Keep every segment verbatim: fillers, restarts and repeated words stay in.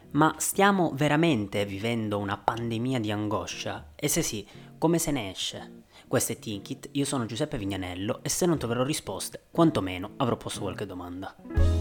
Ma stiamo veramente vivendo una pandemia di angoscia? E se sì, come se ne esce? Questo è Tinkit, io sono Giuseppe Vignanello e se non troverò risposte, quantomeno avrò posto qualche domanda.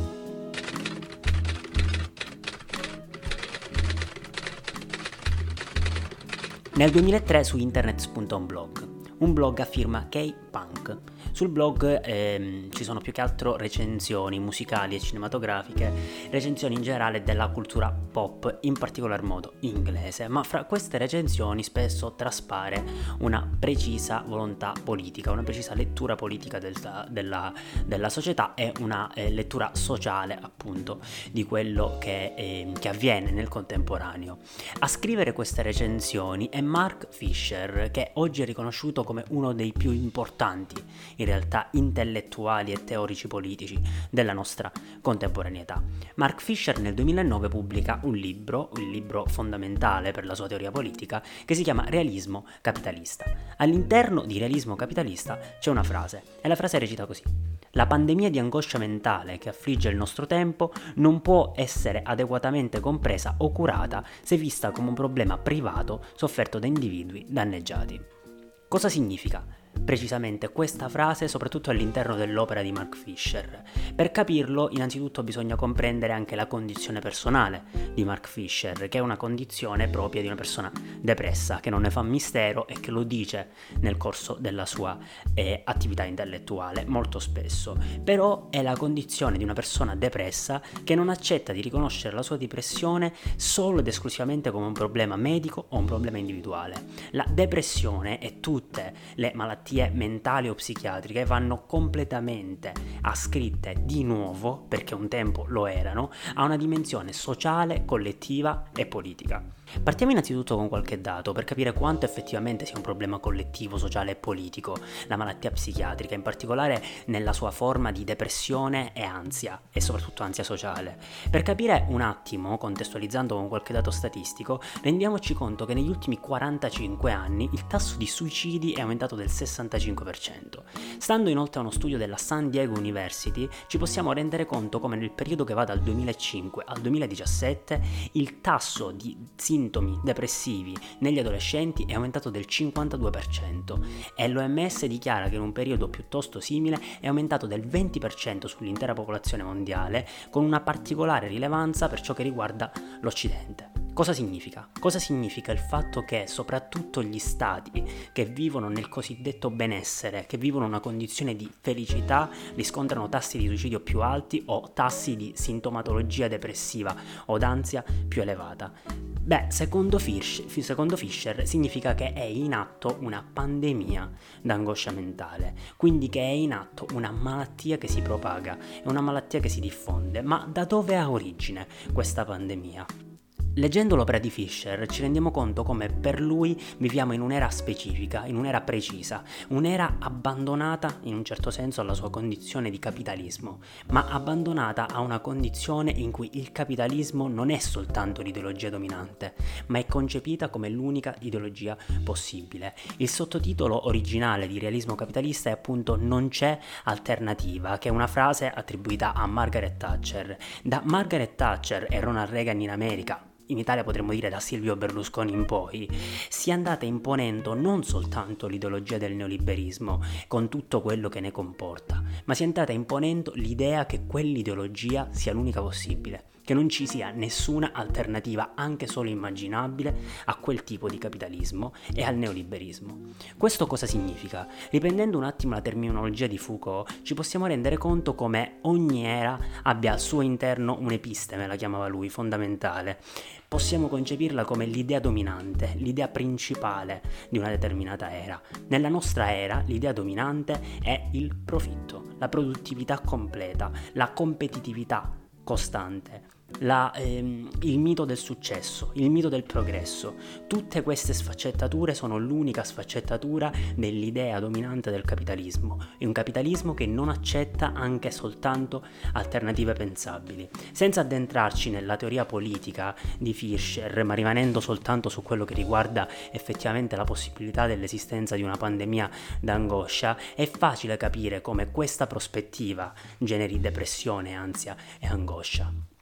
Nel duemilatré su internet spunta un blog, un blog a firma K-Punk. Sul blog ehm, ci sono più che altro recensioni musicali e cinematografiche, recensioni in generale della cultura pop, in particolar modo inglese, ma fra queste recensioni spesso traspare una precisa volontà politica, una precisa lettura politica del, della, della società e una eh, lettura sociale appunto di quello che, eh, che avviene nel contemporaneo. A scrivere queste recensioni è Mark Fisher, che oggi è riconosciuto come uno dei più importanti in realtà intellettuali e teorici politici della nostra contemporaneità. Mark Fisher nel duemilanove pubblica un libro, un libro fondamentale per la sua teoria politica, che si chiama Realismo capitalista. All'interno di Realismo capitalista c'è una frase, e la frase recita così: la pandemia di angoscia mentale che affligge il nostro tempo non può essere adeguatamente compresa o curata se vista come un problema privato sofferto da individui danneggiati. Cosa significa precisamente questa frase, soprattutto all'interno dell'opera di Mark Fisher? Per capirlo, innanzitutto bisogna comprendere anche la condizione personale di Mark Fisher, che è una condizione propria di una persona depressa, che non ne fa mistero e che lo dice nel corso della sua eh, attività intellettuale molto spesso. Però è la condizione di una persona depressa che non accetta di riconoscere la sua depressione solo ed esclusivamente come un problema medico o un problema individuale. La depressione e tutte le malattie mentali o psichiatriche vanno completamente ascritte di nuovo, perché un tempo lo erano, a una dimensione sociale, collettiva e politica. Partiamo innanzitutto con qualche dato per capire quanto effettivamente sia un problema collettivo, sociale e politico la malattia psichiatrica, in particolare nella sua forma di depressione e ansia, e soprattutto ansia sociale. Per capire un attimo, contestualizzando con qualche dato statistico, rendiamoci conto che negli ultimi quarantacinque anni il tasso di suicidi è aumentato del sessantacinque per cento. Stando inoltre a uno studio della San Diego University, ci possiamo rendere conto come nel periodo che va dal duemilacinque al duemiladiciassette il tasso di sintomi depressivi negli adolescenti è aumentato del cinquantadue per cento e l'O M S dichiara che in un periodo piuttosto simile è aumentato del venti per cento sull'intera popolazione mondiale, con una particolare rilevanza per ciò che riguarda l'Occidente. Cosa significa? Cosa significa il fatto che soprattutto gli stati che vivono nel cosiddetto benessere, che vivono una condizione di felicità, riscontrano tassi di suicidio più alti o tassi di sintomatologia depressiva o d'ansia più elevata? Beh, secondo Fisher, secondo Fisher significa che è in atto una pandemia d'angoscia mentale, quindi che è in atto una malattia che si propaga, è una malattia che si diffonde. Ma da dove ha origine questa pandemia? Leggendo l'opera di Fisher ci rendiamo conto come per lui viviamo in un'era specifica, in un'era precisa, un'era abbandonata in un certo senso alla sua condizione di capitalismo, ma abbandonata a una condizione in cui il capitalismo non è soltanto l'ideologia dominante, ma è concepita come l'unica ideologia possibile. Il sottotitolo originale di Realismo capitalista è appunto "Non c'è alternativa", che è una frase attribuita a Margaret Thatcher. Da Margaret Thatcher e Ronald Reagan in America, in Italia potremmo dire da Silvio Berlusconi in poi, si è andata imponendo non soltanto l'ideologia del neoliberismo, con tutto quello che ne comporta, ma si è andata imponendo l'idea che quell'ideologia sia l'unica possibile, che non ci sia nessuna alternativa, anche solo immaginabile, a quel tipo di capitalismo e al neoliberismo. Questo cosa significa? Riprendendo un attimo la terminologia di Foucault, ci possiamo rendere conto come ogni era abbia al suo interno un'episteme, la chiamava lui, fondamentale. Possiamo concepirla come l'idea dominante, l'idea principale di una determinata era. Nella nostra era l'idea dominante è il profitto, la produttività completa, la competitività costante, la, ehm, il mito del successo, il mito del progresso. Tutte queste sfaccettature sono l'unica sfaccettatura dell'idea dominante del capitalismo, è un capitalismo che non accetta anche soltanto alternative pensabili. Senza addentrarci nella teoria politica di Fisher, ma rimanendo soltanto su quello che riguarda effettivamente la possibilità dell'esistenza di una pandemia d'angoscia, è facile capire come questa prospettiva generi depressione, ansia e angoscia.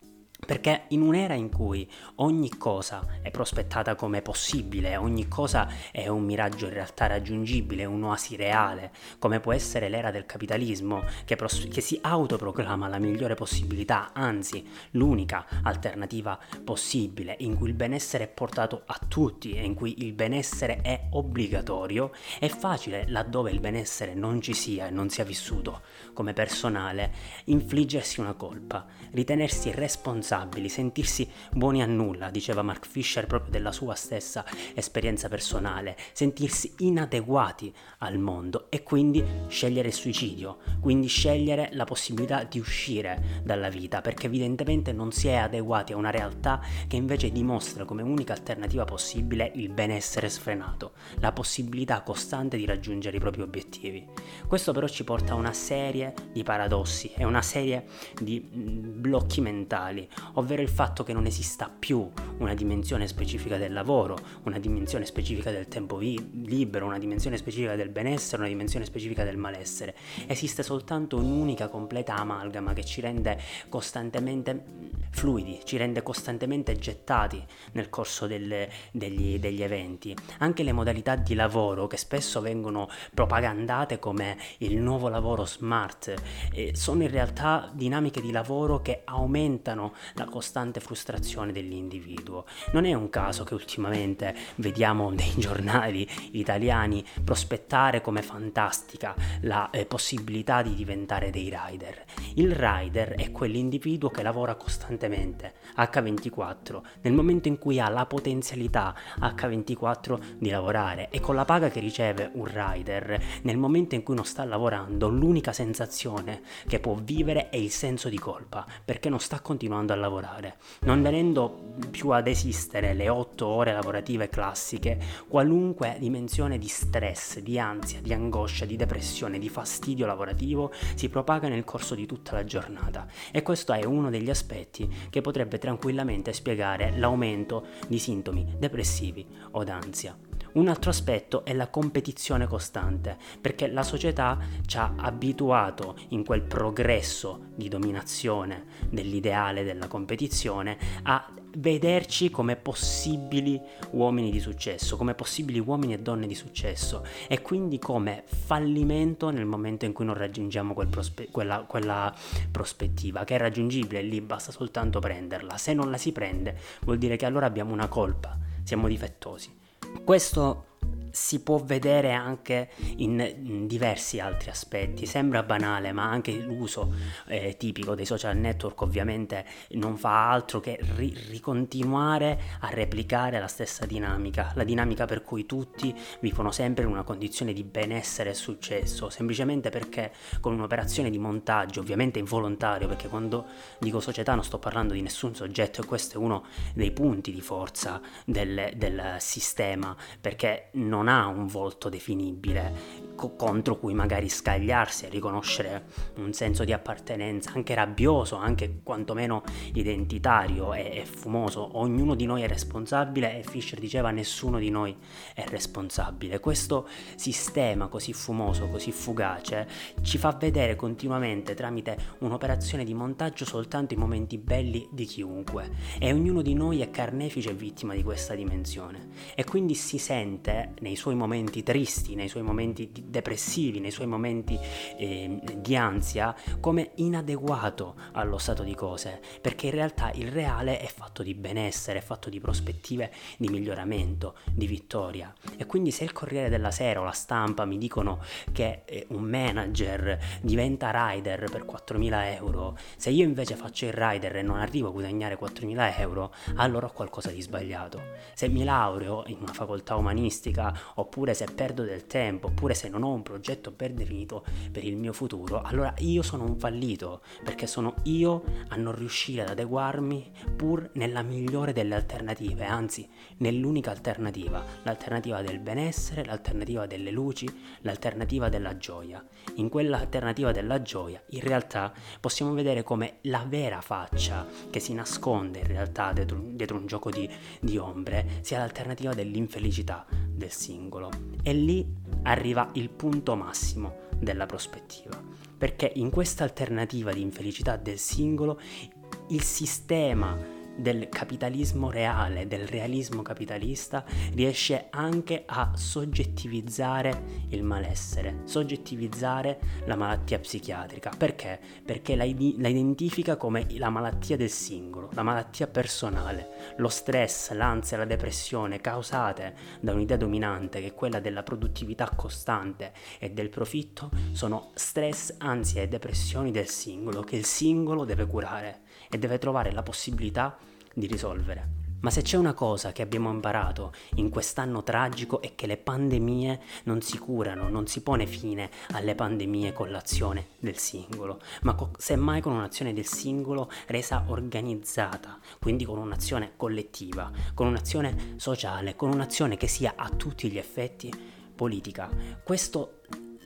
Perché in un'era in cui ogni cosa è prospettata come possibile, ogni cosa è un miraggio in realtà raggiungibile, un'oasi reale, come può essere l'era del capitalismo, che, pros- che si autoproclama la migliore possibilità, anzi l'unica alternativa possibile, in cui il benessere è portato a tutti e in cui il benessere è obbligatorio, è facile, laddove il benessere non ci sia e non sia vissuto come personale, infliggersi una colpa, ritenersi responsabili, sentirsi buoni a nulla, diceva Mark Fisher proprio della sua stessa esperienza personale, sentirsi inadeguati al mondo e quindi scegliere il suicidio, quindi scegliere la possibilità di uscire dalla vita, perché evidentemente non si è adeguati a una realtà che invece dimostra come unica alternativa possibile il benessere sfrenato, la possibilità costante di raggiungere i propri obiettivi. Questo però ci porta a una serie di paradossi e una serie di blocchi mentali, ovvero il fatto che non esista più una dimensione specifica del lavoro, una dimensione specifica del tempo vi- libero, una dimensione specifica del benessere, una dimensione specifica del malessere. Esiste soltanto un'unica completa amalgama che ci rende costantemente fluidi, ci rende costantemente gettati nel corso delle, degli, degli eventi. Anche le modalità di lavoro, che spesso vengono propagandate come il nuovo lavoro smart, eh, sono in realtà dinamiche di lavoro che aumentano la costante frustrazione dell'individuo. Non è un caso che ultimamente vediamo dei giornali italiani prospettare come fantastica la eh, possibilità di diventare dei rider. Il rider è quell'individuo che lavora costantemente acca ventiquattro nel momento in cui ha la potenzialità acca ventiquattro di lavorare, e con la paga che riceve un rider nel momento in cui non sta lavorando l'unica sensazione che può vivere è il senso di colpa, perché non sta continuando a lavorare, non venendo più ad esistere le otto ore lavorative classiche. Qualunque dimensione di stress, di ansia, di angoscia, di depressione, di fastidio lavorativo si propaga nel corso di tutta la giornata, e questo è uno degli aspetti che potrebbe tranquillamente spiegare l'aumento di sintomi depressivi o d'ansia. Un altro aspetto è la competizione costante, perché la società ci ha abituato in quel progresso di dominazione dell'ideale della competizione a vederci come possibili uomini di successo, come possibili uomini e donne di successo, e quindi come fallimento nel momento in cui non raggiungiamo quel prospe- quella, quella prospettiva, che è raggiungibile, lì basta soltanto prenderla. Se non la si prende vuol dire che allora abbiamo una colpa, siamo difettosi. Questo si può vedere anche in, in diversi altri aspetti. Sembra banale, ma anche l'uso eh, tipico dei social network ovviamente non fa altro che ri- ricontinuare a replicare la stessa dinamica, la dinamica per cui tutti vivono sempre in una condizione di benessere e successo, semplicemente perché con un'operazione di montaggio, ovviamente involontario, perché quando dico società non sto parlando di nessun soggetto, e questo è uno dei punti di forza del, del sistema, perché non ha un volto definibile co- contro cui magari scagliarsi e riconoscere un senso di appartenenza anche rabbioso, anche quantomeno identitario e, e fumoso. Ognuno di noi è responsabile, e Fisher diceva nessuno di noi è responsabile. Questo sistema così fumoso, così fugace, ci fa vedere continuamente tramite un'operazione di montaggio soltanto i momenti belli di chiunque, e ognuno di noi è carnefice e vittima di questa dimensione, e quindi si sente nei suoi momenti tristi, nei suoi momenti depressivi, nei suoi momenti eh, di ansia come inadeguato allo stato di cose, perché in realtà il reale è fatto di benessere, è fatto di prospettive di miglioramento, di vittoria. E quindi se il Corriere della Sera o la Stampa mi dicono che eh, un manager diventa rider per quattromila euro, se io invece faccio il rider e non arrivo a guadagnare quattromila euro, allora ho qualcosa di sbagliato. Se mi laureo in una facoltà umanistica, oppure se perdo del tempo, oppure se non ho un progetto ben definito per il mio futuro, allora io sono un fallito, perché sono io a non riuscire ad adeguarmi pur nella migliore delle alternative, anzi nell'unica alternativa, l'alternativa del benessere, l'alternativa delle luci, l'alternativa della gioia. In quell'alternativa della gioia in realtà possiamo vedere come la vera faccia che si nasconde in realtà dietro, dietro un gioco di, di ombre sia l'alternativa dell'infelicità del singolo, e lì arriva il punto massimo della prospettiva, perché in questa alternativa di infelicità del singolo il sistema del capitalismo reale, del realismo capitalista, riesce anche a soggettivizzare il malessere, soggettivizzare la malattia psichiatrica. Perché? Perché la, la identifica come la malattia del singolo, la malattia personale. Lo stress, l'ansia, la depressione causate da un'idea dominante che è quella della produttività costante e del profitto sono stress, ansia e depressioni del singolo che il singolo deve curare e deve trovare la possibilità di risolvere. Ma se c'è una cosa che abbiamo imparato in quest'anno tragico è che le pandemie non si curano, non si pone fine alle pandemie con l'azione del singolo, ma co- semmai con un'azione del singolo resa organizzata, quindi con un'azione collettiva, con un'azione sociale, con un'azione che sia a tutti gli effetti politica. Questo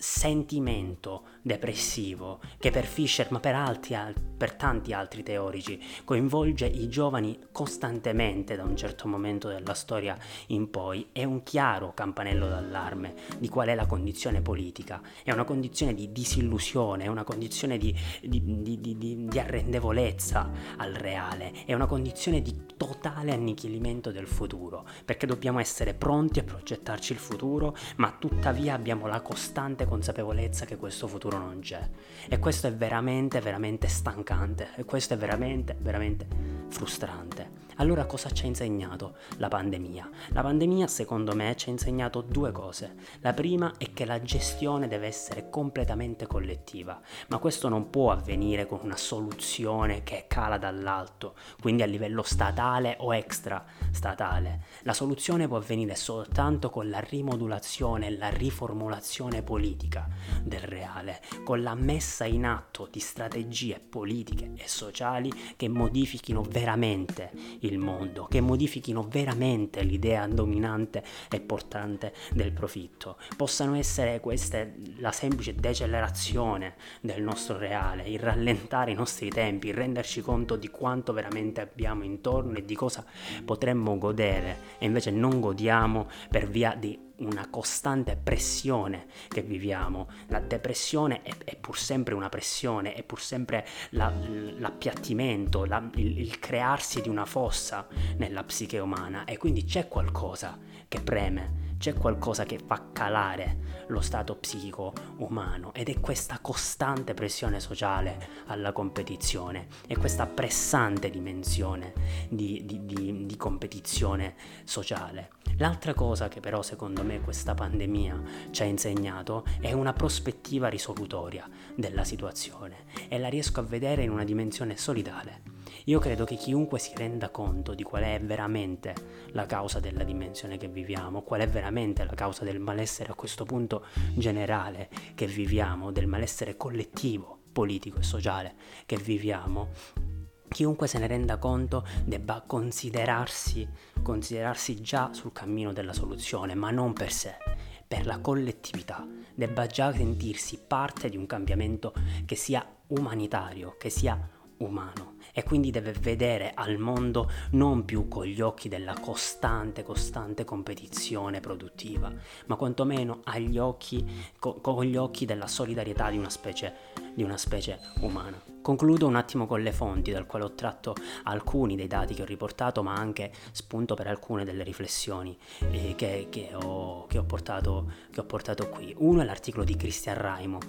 sentimento depressivo che per Fisher, ma per, altri, per tanti altri teorici, coinvolge i giovani costantemente da un certo momento della storia in poi, è un chiaro campanello d'allarme di qual è la condizione politica. È una condizione di disillusione, è una condizione di, di, di, di, di, di arrendevolezza al reale, è una condizione di totale annichilimento del futuro, perché dobbiamo essere pronti a progettarci il futuro, ma tuttavia abbiamo la costante consapevolezza che questo futuro non c'è, e questo è veramente veramente stancante, e questo è veramente veramente frustrante. Allora cosa ci ha insegnato la pandemia? La pandemia secondo me ci ha insegnato due cose. La prima è che la gestione deve essere completamente collettiva, ma questo non può avvenire con una soluzione che cala dall'alto, quindi a livello statale o extra statale. La soluzione può avvenire soltanto con la rimodulazione e la riformulazione politica del reale, con la messa in atto di strategie politiche e sociali che modifichino veramente il mondo, che modifichino veramente l'idea dominante e portante del profitto. Possano essere queste la semplice decelerazione del nostro reale, il rallentare i nostri tempi, il renderci conto di quanto veramente abbiamo intorno e di cosa potremmo godere e invece non godiamo per via di una costante pressione che viviamo. La depressione è, è pur sempre una pressione, è pur sempre la, l'appiattimento, la, il, il crearsi di una fossa nella psiche umana, e quindi c'è qualcosa che preme, c'è qualcosa che fa calare lo stato psichico umano, ed è questa costante pressione sociale alla competizione, e questa pressante dimensione di, di, di, di competizione sociale. L'altra cosa che però secondo me questa pandemia ci ha insegnato è una prospettiva risolutoria della situazione, e la riesco a vedere in una dimensione solidale. Io credo che chiunque si renda conto di qual è veramente la causa della dimensione che viviamo, qual è veramente la causa del malessere a questo punto generale che viviamo, del malessere collettivo, politico e sociale che viviamo, chiunque se ne renda conto debba considerarsi, considerarsi già sul cammino della soluzione, ma non per sé, per la collettività. Debba già sentirsi parte di un cambiamento che sia umanitario, che sia umano, e quindi deve vedere al mondo non più con gli occhi della costante, costante competizione produttiva, ma quantomeno agli occhi, co- con gli occhi della solidarietà di una specie, di una specie umana. Concludo un attimo con le fonti dal quale ho tratto alcuni dei dati che ho riportato, ma anche spunto per alcune delle riflessioni eh, che, che, ho, che, ho portato, che ho portato qui. Uno è l'articolo di Christian Raimo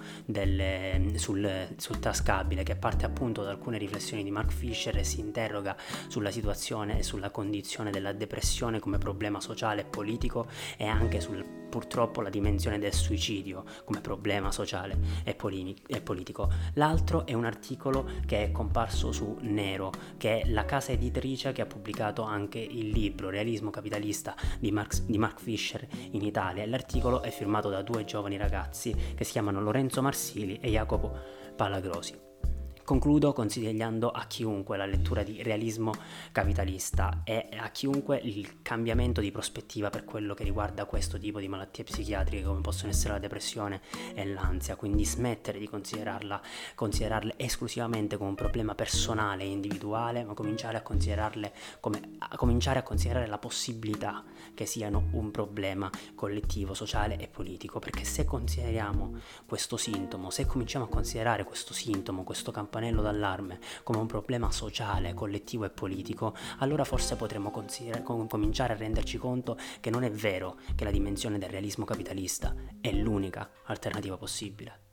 del, sul, sul tascabile, che parte appunto da alcune riflessioni di Mark Fisher e si interroga sulla situazione e sulla condizione della depressione come problema sociale e politico, e anche sul, purtroppo, la dimensione del suicidio come problema sociale e, poli- e politico. L'altro è un articolo che è comparso su Nero, che è la casa editrice che ha pubblicato anche il libro Realismo capitalista di Mark, di Mark Fisher in Italia. L'articolo è firmato da due giovani ragazzi che si chiamano Lorenzo Marsili e Jacopo Palagrosi. Concludo consigliando a chiunque la lettura di Realismo capitalista e a chiunque il cambiamento di prospettiva per quello che riguarda questo tipo di malattie psichiatriche come possono essere la depressione e l'ansia, quindi smettere di considerarla, considerarle esclusivamente come un problema personale e individuale, ma cominciare a considerarle come a cominciare a considerare la possibilità che siano un problema collettivo, sociale e politico, perché se consideriamo questo sintomo, se cominciamo a considerare questo sintomo, questo campanello campanello d'allarme come un problema sociale, collettivo e politico, allora forse potremmo consider- com- cominciare a renderci conto che non è vero che la dimensione del realismo capitalista è l'unica alternativa possibile.